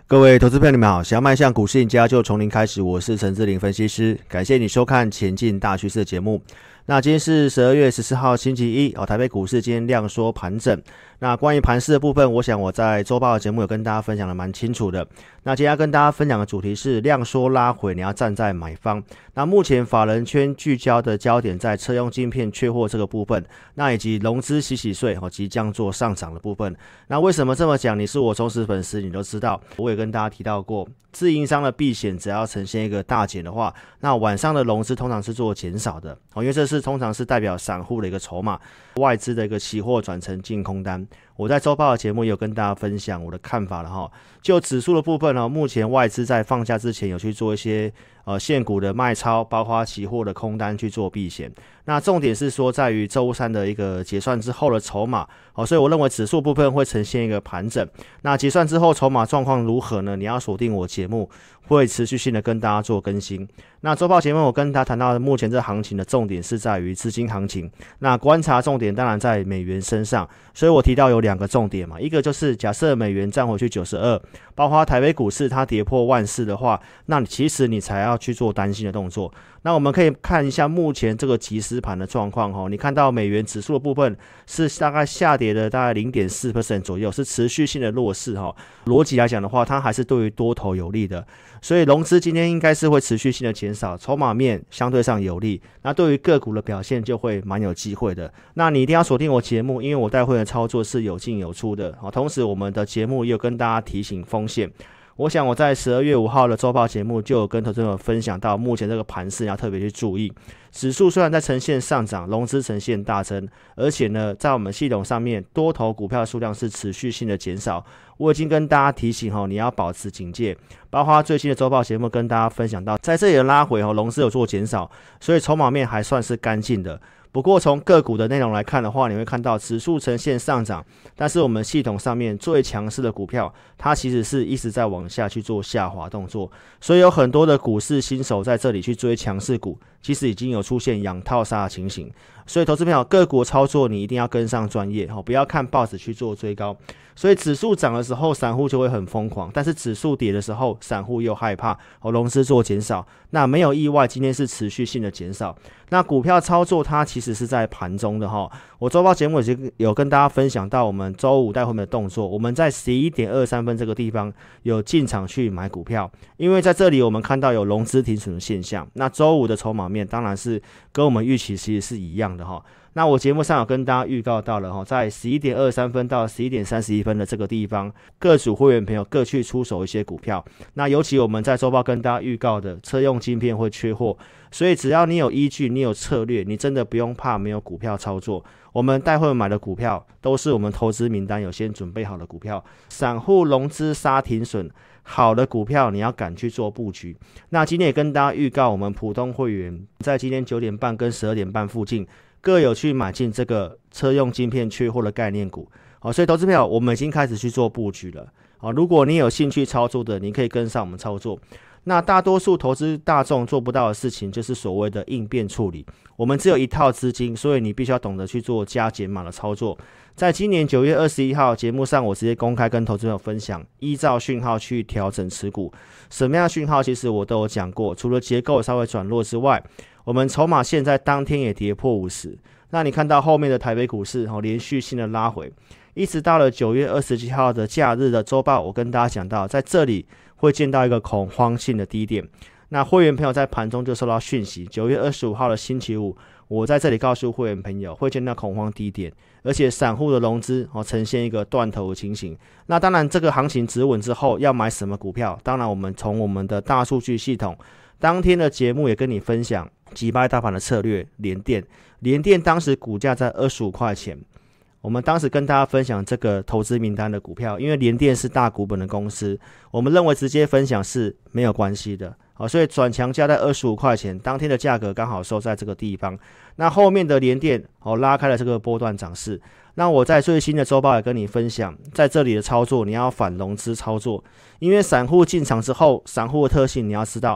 各位投资朋友，你们好！想要迈向股市赢家，就从零开始。我是陈志霖分析师，感谢你收看《前进大趋势》的节目。那今天是12月14号星期一，台北股市今天量缩盘整。那关于盘势的部分，我想我在周报的节目有跟大家分享的蛮清楚的。那今天要跟大家分享的主题是量缩拉回，你要站在买方。那目前法人圈聚焦的焦点在车用晶片缺货这个部分，那以及融资洗税即将做上涨的部分。那为什么这么讲？你是我忠实粉丝，你都知道，我也跟大家提到过，自营商的避险只要呈现一个大减的话，那晚上的融资通常是做减少的，因为这是通常是代表散户的一个筹码，外资的一个期货转成净空单。我在周报的节目也有跟大家分享我的看法了哈。就指数的部分呢，目前外资在放假之前有去做一些现股的卖超，包括期货的空单去做避险。那重点是说在于周三的一个结算之后的筹码，所以我认为指数部分会呈现一个盘整。那结算之后筹码状况如何呢？你要锁定我节目，会持续性的跟大家做更新。那周报节目我跟大家谈到目前这行情的重点是在于资金行情，那观察重点当然在美元身上，所以我提到有两个重点嘛，一个就是假设美元站回去92，包括台北股市它跌破14000的话，那其实你才要去做担心的动作。那我们可以看一下目前这个即时盘的状况，你看到美元指数的部分是大概下跌的大概 0.4% 左右，是持续性的弱势逻辑来讲的话，它还是对于多头有利的，所以融资今天应该是会持续性的减少，筹码面相对上有利，那对于个股的表现就会蛮有机会的。那你一定要锁定我节目，因为我带会的操作是有进有出的，同时我们的节目也有跟大家提醒风险。我想我在12月5号的周报节目就有跟投资者分享到，目前这个盘势要特别去注意。指数虽然在呈现上涨，融资呈现大增，而且呢，在我们系统上面多头股票数量是持续性的减少。我已经跟大家提醒你要保持警戒，包括最新的周报节目跟大家分享到，在这里的拉回融资有做减少，所以筹码面还算是干净的。不过从个股的内容来看的话，你会看到指数呈现上涨，但是我们系统上面最强势的股票，它其实是一直在往下去做下滑动作，所以有很多的股市新手在这里去追强势股，其实已经有出现养套杀的情形。所以投资朋友，个股操作你一定要跟上专业，不要看报纸去做追高。所以指数涨的时候散户就会很疯狂，但是指数跌的时候散户又害怕，融资做减少，那没有意外今天是持续性的减少。那股票操作它其实是在盘中的我周报节目有跟大家分享到我们周五带会的动作，我们在11点23分这个地方有进场去买股票，因为在这里我们看到有融资停损的现象，那周五的筹码面当然是跟我们预期其实是一样的那我节目上有跟大家预告到了在11点23分到11点31分的这个地方，各组会员朋友各去出手一些股票。那尤其我们在周报跟大家预告的车用晶片会缺货，所以只要你有依据，你有策略，你真的不用怕没有股票操作。我们待会买的股票都是我们投资名单有先准备好的股票，散户融资杀停损，好的股票你要敢去做布局。那今天也跟大家预告，我们普通会员在今天9点半跟12点半附近各有去买进这个车用晶片缺货的概念股，所以投资朋友我们已经开始去做布局了。如果你有兴趣操作的，你可以跟上我们操作。那大多数投资大众做不到的事情就是所谓的应变处理，我们只有一套资金，所以你必须要懂得去做加减码的操作。在今年9月21号节目上，我直接公开跟投资朋友分享，依照讯号去调整持股。什么样的讯号其实我都有讲过，除了结构稍微转弱之外，我们筹码现在当天也跌破50，那你看到后面的台北股市连续性的拉回，一直到了9月27号的假日的周报，我跟大家讲到，在这里会见到一个恐慌性的低点。那会员朋友在盘中就收到讯息，9月25号的星期五，我在这里告诉会员朋友会见到恐慌低点，而且散户的融资呈现一个断头的情形。那当然这个行情止稳之后要买什么股票，当然我们从我们的大数据系统当天的节目也跟你分享击败大盘的策略，联电当时股价在25块钱，我们当时跟大家分享这个投资名单的股票，因为联电是大股本的公司，我们认为直接分享是没有关系的，所以转强价在25块钱，当天的价格刚好收在这个地方。那后面的联电拉开了这个波段涨势。那我在最新的周报也跟你分享，在这里的操作你要反融资操作，因为散户进场之后，散户的特性你要知道，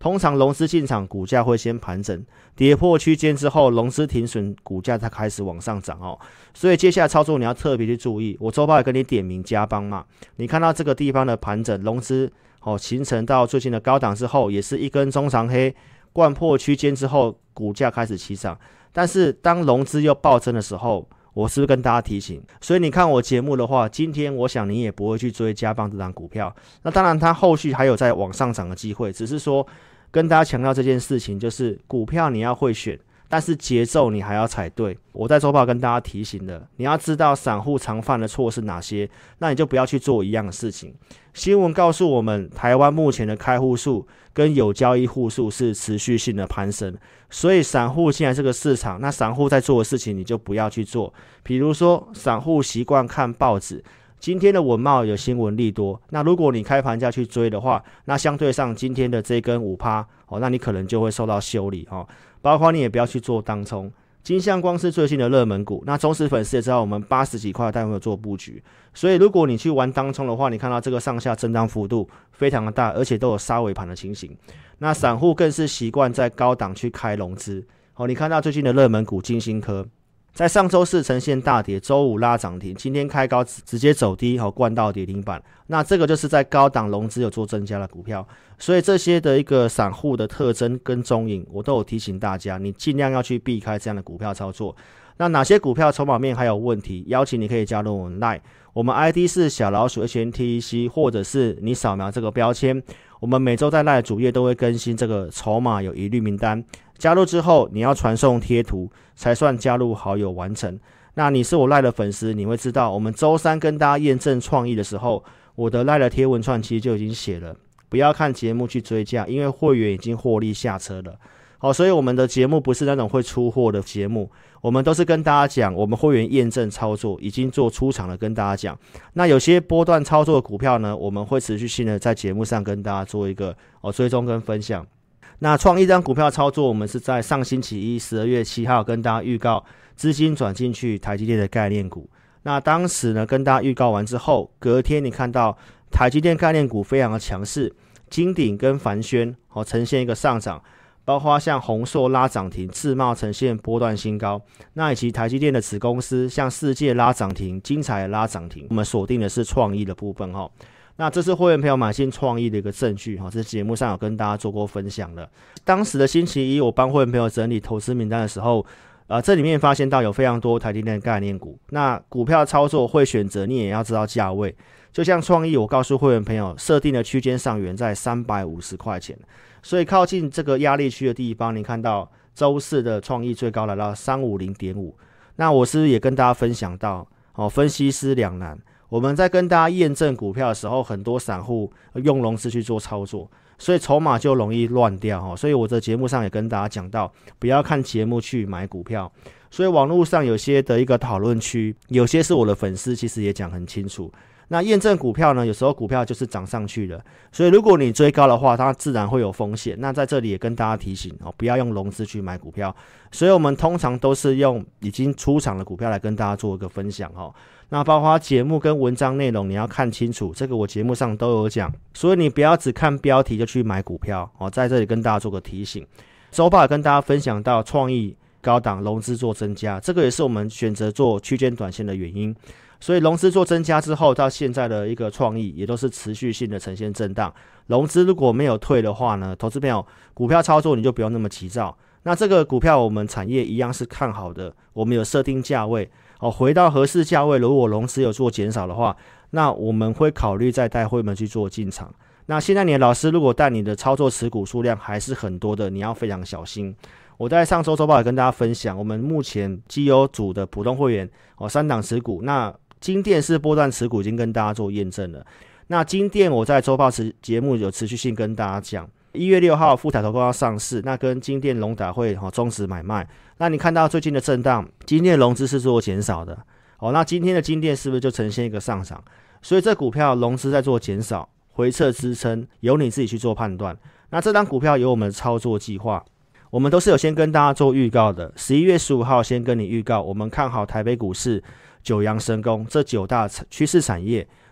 通常融资进场，股价会先盘整，跌破区间之后，融资停损，股价才开始往上涨哦。所以接下来操作你要特别去注意。我周报也跟你点名加邦嘛，你看到这个地方的盘整，融资形成到最近的高档之后，也是一根中长黑，灌破区间之后，股价开始起涨。但是当融资又暴增的时候，我是不是跟大家提醒？所以你看我节目的话，今天我想你也不会去追嘉邦这档股票。那当然，它后续还有在往上涨的机会，只是说跟大家强调这件事情，就是股票你要会选，但是节奏你还要踩对。我在周报跟大家提醒的，你要知道散户常犯的错是哪些，那你就不要去做一样的事情。新闻告诉我们，台湾目前的开户数跟有交易户数是持续性的攀升，所以散户现在这个市场，那散户在做的事情你就不要去做。比如说，散户习惯看报纸，今天的文茂有新闻利多，那如果你开盘价去追的话，那相对上今天的这根 5%， 那你可能就会受到修理包括你也不要去做当冲。金相光是最新的热门股，那忠实粉丝也知道我们80几块带会有做布局，所以如果你去玩当冲的话，你看到这个上下震荡幅度非常的大，而且都有杀尾盘的情形。那散户更是习惯在高档去开融资你看到最近的热门股金星科，在上周四呈现大跌，周五拉涨停，今天开高直接走低灌到跌停板。那这个就是在高档融资有做增加的股票，所以这些的一个散户的特征跟踪影，我都有提醒大家，你尽量要去避开这样的股票操作。那哪些股票筹码面还有问题，邀请你可以加入我们 LINE， 我们 ID 是小老鼠 HNTEC， 或者是你扫描这个标签，我们每周在 LINE 主页都会更新这个筹码有疑虑名单，加入之后你要传送贴图才算加入好友完成。那你是我 LINE 的粉丝，你会知道我们周三跟大家验证创意的时候，我的 LINE 的贴文串其实就已经写了，不要看节目去追价，因为会员已经获利下车了所以我们的节目不是那种会出货的节目，我们都是跟大家讲我们会员验证操作已经做出场了，跟大家讲。那有些波段操作的股票呢，我们会持续性的在节目上跟大家做一个追踪跟分享。那创意这张股票操作，我们是在上星期一12月7号跟大家预告资金转进去台积电的概念股。那当时呢跟大家预告完之后，隔天你看到台积电概念股非常的强势，金鼎跟凡轩呈现一个上涨，包括像宏硕拉涨停，自贸呈现波段新高，那以及台积电的子公司像世界拉涨停，精彩拉涨停，我们锁定的是创意的部分那这是会员朋友买进创意的一个证据这是节目上有跟大家做过分享的。当时的星期一我帮会员朋友整理投资名单的时候这里面发现到有非常多台积电的概念股，那股票操作会选择你也要知道价位，就像创意我告诉会员朋友设定的区间上缘在350块钱，所以靠近这个压力区的地方，你看到周四的创意最高来到 350.5， 那我是不是也跟大家分享到分析师两难，我们在跟大家验证股票的时候，很多散户用融资去做操作，所以筹码就容易乱掉所以我的节目上也跟大家讲到，不要看节目去买股票。所以网络上有些的一个讨论区，有些是我的粉丝其实也讲很清楚。那验证股票呢，有时候股票就是涨上去了，所以如果你追高的话，它自然会有风险。那在这里也跟大家提醒不要用融资去买股票。所以我们通常都是用已经出场的股票来跟大家做一个分享那包括节目跟文章内容你要看清楚，这个我节目上都有讲，所以你不要只看标题就去买股票在这里跟大家做个提醒。周报也跟大家分享到创意高档融资做增加，这个也是我们选择做区间短线的原因。所以融资做增加之后，到现在的一个创意也都是持续性的呈现震荡。融资如果没有退的话呢，投资朋友股票操作你就不用那么急躁。那这个股票我们产业一样是看好的，我们有设定价位回到合适价位，如果融资有做减少的话，那我们会考虑再带会员去做进场。那现在你的老师如果带你的操作持股数量还是很多的，你要非常小心。我在上周周报也跟大家分享，我们目前绩优组的普通会员3档持股，那金电是波段持股已经跟大家做验证了。那金电我在周报节目有持续性跟大家讲，1月6号富台投控要上市，那跟金电龙达会终止买卖。那你看到最近的震荡，金电融资是做减少的那今天的金电是不是就呈现一个上涨？所以这股票融资在做减少，回撤支撑由你自己去做判断。那这张股票有我们的操作计划，我们都是有先跟大家做预告的。11月15号先跟你预告，我们看好台北股市九阳神功这9大趋势产业。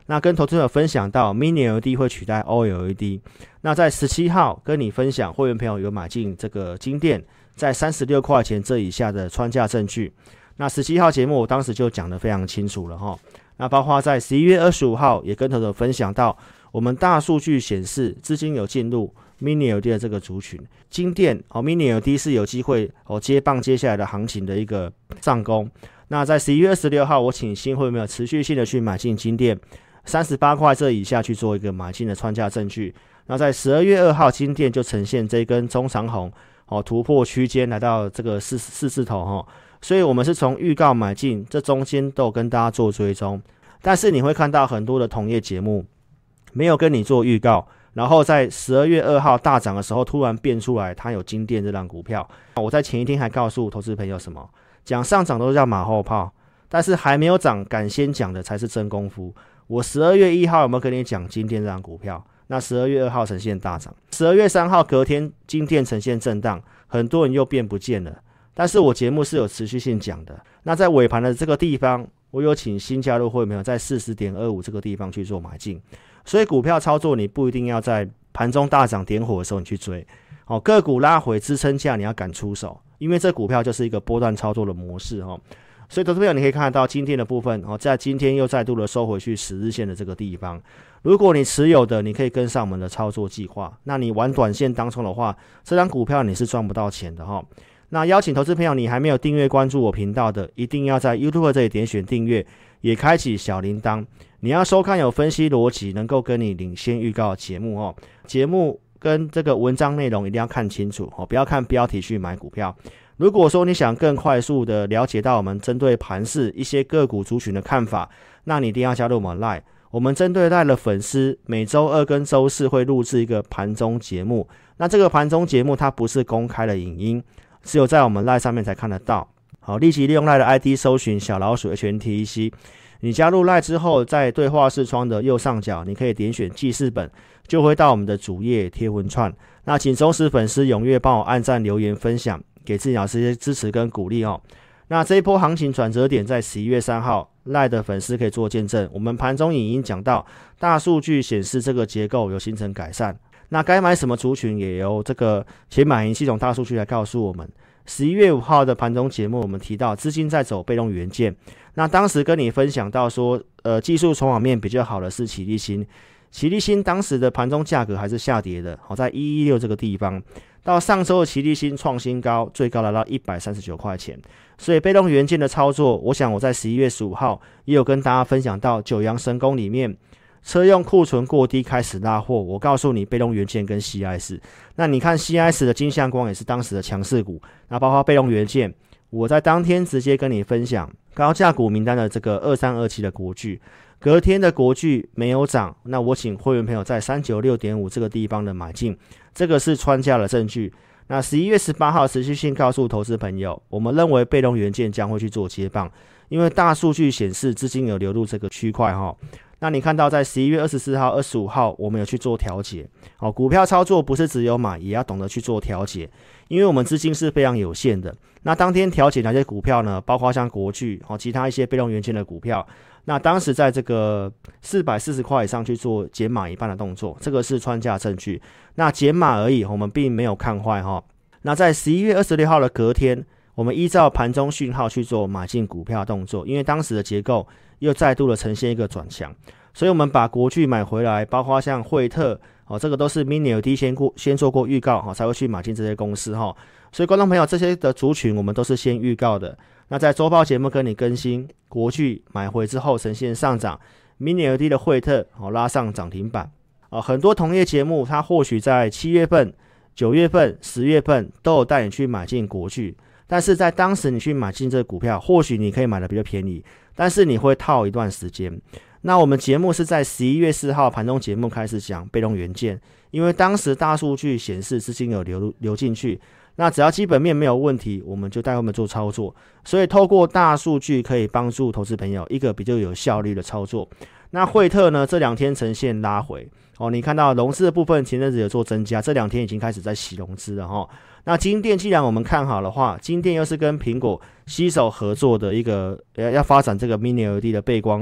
那跟投资者分享到 Mini LED 会取代 OLED。那在17号跟你分享，会员朋友有买进这个金电在36块钱这以下的穿价证据。那17号节目我当时就讲得非常清楚了齁。那包括在11月25号也跟投资者分享到，我们大数据显示资金有进入 Mini LED 的这个族群，金电Mini LED 是有机会接棒接下来的行情的一个上攻。那在11月26号，我请新会员持续性的去买进金电38块这以下去做一个买进的穿价证据。那在12月2号，金电就呈现这根中长红突破区间来到这个四字头所以我们是从预告买进，这中间都有跟大家做追踪。但是你会看到很多的同业节目没有跟你做预告，然后在12月2号大涨的时候突然变出来它有金电这档股票。我在前一天还告诉投资朋友什么，讲上涨都是叫马后炮，但是还没有涨敢先讲的才是真功夫。我12月1号有没有跟你讲金电这档股票？那12月2号呈现大涨，12月3号隔天金电呈现震荡，很多人又变不见了。但是我节目是有持续性讲的。那在尾盘的这个地方，我有请新加入会员在 40.25 这个地方去做买进。所以股票操作你不一定要在盘中大涨点火的时候你去追，个股拉回支撑价你要敢出手，因为这股票就是一个波段操作的模式所以投资朋友你可以看得到今天的部分在今天又再度的收回去10日线的这个地方。如果你持有的，你可以跟上我们的操作计划。那你玩短线当冲的话，这张股票你是赚不到钱的那邀请投资朋友，你还没有订阅关注我频道的，一定要在 YouTube 这里点选订阅，也开启小铃铛。你要收看有分析逻辑，能够跟你领先预告的节目节目跟这个文章内容一定要看清楚不要看标题去买股票。如果说你想更快速的了解到我们针对盘势一些个股族群的看法，那你一定要加入我们 LINE。我们针对 LINE 的粉丝，每周二跟周四会录制一个盘中节目。那这个盘中节目它不是公开的影音，只有在我们 LINE 上面才看得到。好，立即利用 LINE 的 ID 搜寻小老鼠 HNTEC。你加入 LINE 之后，在对话视窗的右上角，你可以点选记事本，就会到我们的主页贴文串。那请忠实粉丝踊跃帮我按赞、留言、分享，给自己老师一些支持跟鼓励那这一波行情转折点在11月3号 LINE 的粉丝可以做见证。我们盘中影音讲到，大数据显示这个结构有形成改善。那该买什么族群也由这个钱买赢系统大数据来告诉我们。11月5号的盘中节目，我们提到资金在走被动元件。那当时跟你分享到说，技术筹码面比较好的是奇力新。奇力新当时的盘中价格还是下跌的，在116这个地方。到上周的奇力新创新高，最高来到139块钱。所以被动元件的操作，我想我在11月15号也有跟大家分享到九阳神功里面，车用库存过低开始拉货，我告诉你被动元件跟 CIS。 那你看 CIS 的金相光也是当时的强势股，那包括被动元件，我在当天直接跟你分享高价股名单的这个2327的国巨，隔天的国巨没有涨，那我请会员朋友在 396.5 这个地方的买进，这个是穿价的证据。那11月18号持续性告诉投资朋友，我们认为被动元件将会去做接棒，因为大数据显示资金有流入这个区块那你看到在11月24号、25号我们有去做调节股票操作不是只有买，也要懂得去做调节，因为我们资金是非常有限的。那当天调节哪些股票呢？包括像国巨其他一些被动元件的股票，那当时在这个440块以上去做减码一半的动作，这个是穿价证据。那减码而已，我们并没有看坏那在11月26号的隔天，我们依照盘中讯号去做买进股票动作，因为当时的结构又再度的呈现一个转强，所以我们把国巨买回来，包括像惠特这个都是 Mini LED 先做过预告才会去买进这些公司所以观众朋友，这些的族群我们都是先预告的。那在周报节目跟你更新，国巨买回之后呈现上涨， Mini LED 的惠特拉上涨停板很多同业节目它或许在7月份、9月份、10月份都有带你去买进国巨，但是在当时你去买进这个股票，或许你可以买的比较便宜，但是你会套一段时间。那我们节目是在11月4号盘中节目开始讲被动元件，因为当时大数据显示资金有流进去，那只要基本面没有问题，我们就带他们做操作。所以透过大数据可以帮助投资朋友一个比较有效率的操作。那惠特呢，这两天呈现拉回你看到融资的部分前阵子有做增加，这两天已经开始在洗融资了那金电既然我们看好的话，金电又是跟苹果携手合作的一个要发展这个 Mini LED 的背光，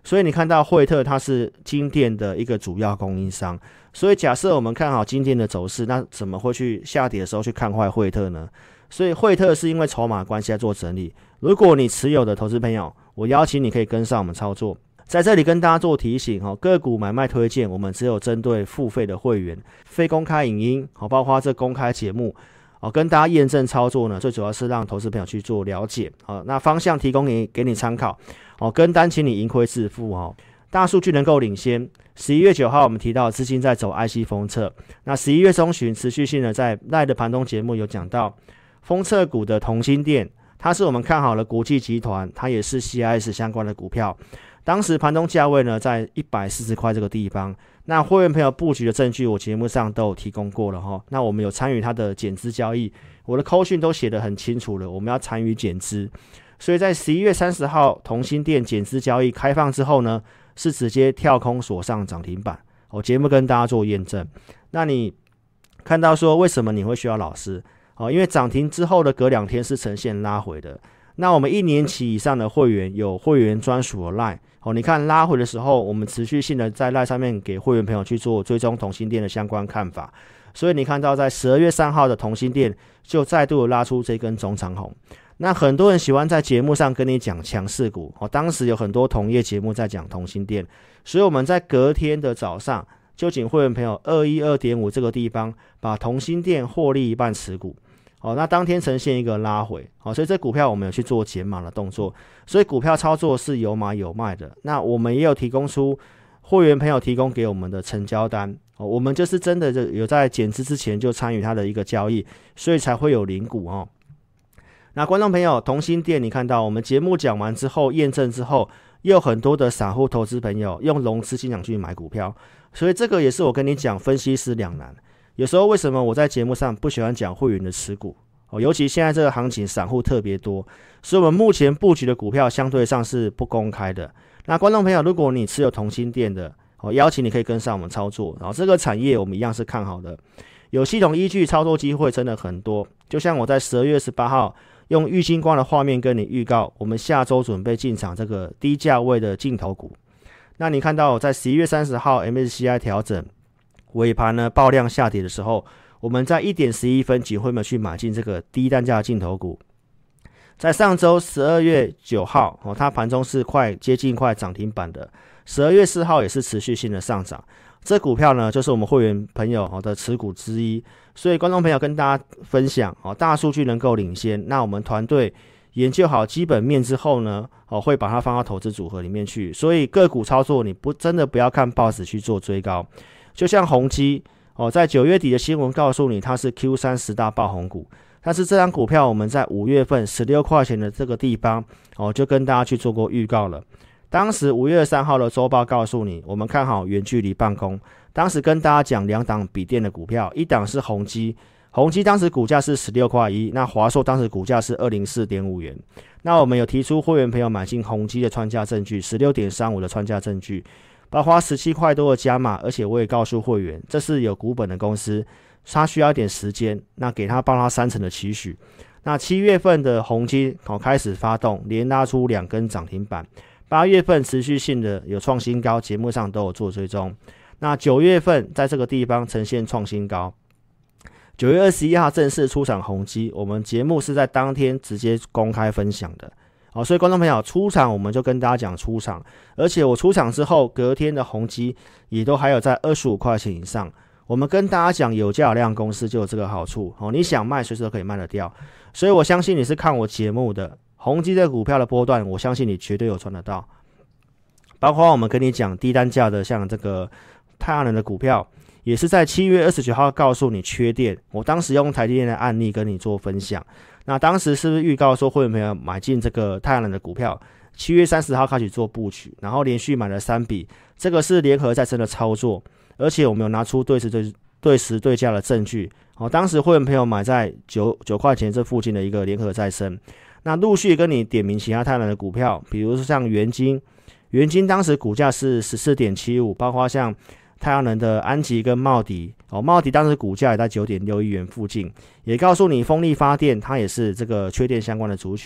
所以你看到惠特它是金电的一个主要供应商，所以假设我们看好金电的走势，那怎么会去下跌的时候去看坏惠特呢？所以惠特是因为筹码关系在做整理。如果你持有的投资朋友，我邀请你可以跟上我们操作。在这里跟大家做提醒，个股买卖推荐我们只有针对付费的会员，非公开影音，包括这公开节目，跟大家验证操作呢，最主要是让投资朋友去做了解，那方向提供给你参考，跟单请你盈亏自负，大数据能够领先。11月9号我们提到资金在走 IC 封测，那11月中旬持续性的在赖的盘中节目有讲到封测股的同心电，它是我们看好了国际集团，它也是 CIS 相关的股票。当时盘中价位呢在140块这个地方，那会员朋友布局的证据我节目上都有提供过了齁。那我们有参与它的减资交易，我的扣讯都写得很清楚了，我们要参与减资。所以在11月30号同心电减资交易开放之后呢，是直接跳空锁上涨停板。我节目跟大家做验证。那你看到说为什么你会需要老师？因为涨停之后的隔2天是呈现拉回的。那我们1年期以上的会员有会员专属的 LINE，你看拉回的时候，我们持续性的在 LINE 上面给会员朋友去做追踪同心电的相关看法，所以你看到在12月3号的同心电就再度拉出这根中长红。那很多人喜欢在节目上跟你讲强势股，当时有很多同业节目在讲同心电，所以我们在隔天的早上就请会员朋友 212.5 这个地方把同心电获利一半持股。那当天呈现一个拉回，所以这股票我们有去做减码的动作，所以股票操作是有买有卖的。那我们也有提供出会员朋友提供给我们的成交单，我们就是真的有在减资之前就参与它的一个交易，所以才会有零股。那观众朋友，同心电你看到我们节目讲完之后验证之后，也有很多的散户投资朋友用融资进场去买股票，所以这个也是我跟你讲分析师两难。有时候为什么我在节目上不喜欢讲会员的持股，尤其现在这个行情散户特别多，所以我们目前布局的股票相对上是不公开的。那观众朋友，如果你持有同心电的，邀请你可以跟上我们操作，然后这个产业我们一样是看好的，有系统依据，操作机会真的很多。就像我在12月18号用玉晶光的画面跟你预告，我们下周准备进场这个低价位的镜头股。那你看到在11月30号 MSCI 调整尾盘呢爆量下跌的时候，我们在1点11分几会没有去买进这个低单价的镜头股。在上周12月9号，它盘中是接近涨停板的。12月4号也是持续性的上涨。这股票呢，就是我们会员朋友的持股之一。所以观众朋友跟大家分享，大数据能够领先。那我们团队研究好基本面之后呢，会把它放到投资组合里面去。所以个股操作，你真的不要看报纸去做追高。就像宏基，在9月底的新闻告诉你它是 Q3 10大爆红股，但是这张股票我们在5月份16块钱的这个地方，就跟大家去做过预告了。当时5月3号的周报告诉你，我们看好远距离办公。当时跟大家讲2档笔电的股票，一档是宏基，宏基当时股价是16块1，那华硕当时股价是204.5元。那我们有提出会员朋友买进宏基的穿价证据 16.35 的穿价证据，包括17块多的加码，而且我也告诉会员，这是有股本的公司，他需要一点时间，那给他帮他3成的期许。那7月份的宏基开始发动，连拉出2根涨停板。8月份持续性的有创新高，节目上都有做追踪。那9月份在这个地方呈现创新高。9月21号正式出场宏基，我们节目是在当天直接公开分享的。所以观众朋友出场我们就跟大家讲出场，而且我出场之后隔天的宏基也都还有在25块钱以上。我们跟大家讲有价有量公司就有这个好处，你想卖随时都可以卖得掉。所以我相信你是看我节目的，宏基的股票的波段我相信你绝对有赚得到。包括我们跟你讲低单价的像这个太阳能的股票，也是在7月29号告诉你缺电，我当时用台积电的案例跟你做分享。那当时是不是预告说会员朋友买进这个太阳能的股票，7月30号开始做布局，然后连续买了3笔，这个是联合再生的操作，而且我们有拿出对时对价的证据。当时会员朋友买在 9块钱这附近的一个联合再生，那陆续跟你点名其他太阳能的股票，比如说像元晶当时股价是 14.75， 包括像太阳能的安吉跟茂迪，茂迪当时股价也在 9.61 元附近，也告诉你风力发电它也是这个缺电相关的族群。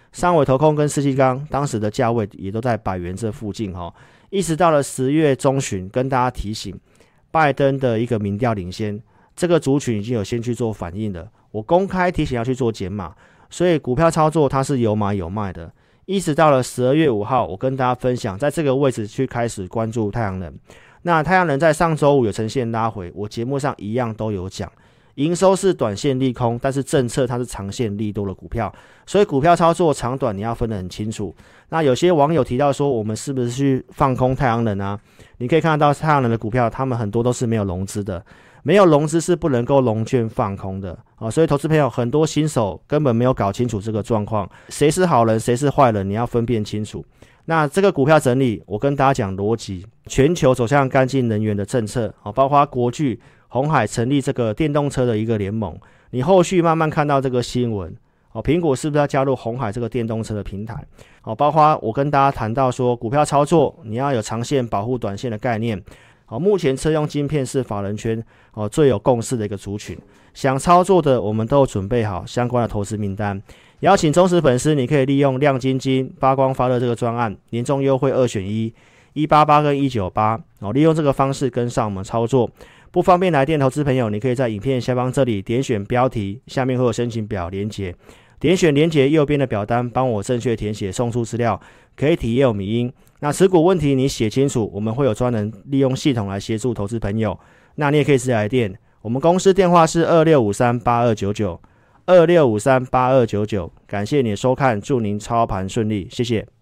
上尾投控跟世纪钢当时的价位也都在100元这附近一直到了10月中旬，跟大家提醒，拜登的一个民调领先，这个族群已经有先去做反应了。我公开提醒要去做减码，所以股票操作它是有买有卖的。一直到了12月5号，我跟大家分享，在这个位置去开始关注太阳能。那太阳能在上周五有呈现拉回，我节目上一样都有讲。营收是短线利空，但是政策它是长线利多的股票，所以股票操作长短你要分得很清楚。那有些网友提到说，我们是不是去放空太阳能啊？你可以看到太阳能的股票，他们很多都是没有融资的，没有融资是不能够融券放空的所以投资朋友很多新手根本没有搞清楚这个状况，谁是好人谁是坏人，你要分辨清楚。那这个股票整理，我跟大家讲逻辑，全球走向干净能源的政策包括国巨、鸿海成立这个电动车的一个联盟，你后续慢慢看到这个新闻苹果是不是要加入鸿海这个电动车的平台包括我跟大家谈到说，股票操作你要有长线保护短线的概念目前车用晶片是法人圈最有共识的一个族群，想操作的我们都有准备好相关的投资名单。邀请忠实粉丝，你可以利用亮晶晶发光发热这个专案，年终优惠2选1，188跟198利用这个方式跟上我们操作。不方便来电投资朋友，你可以在影片下方这里点选标题，下面会有申请表连结，点选连结右边的表单，帮我正确填写送出资料，可以体验有迷因。那持股问题你写清楚，我们会有专人利用系统来协助投资朋友。那你也可以直接来电，我们公司电话是26538299，26538299。感谢你的收看，祝您操盘顺利，谢谢。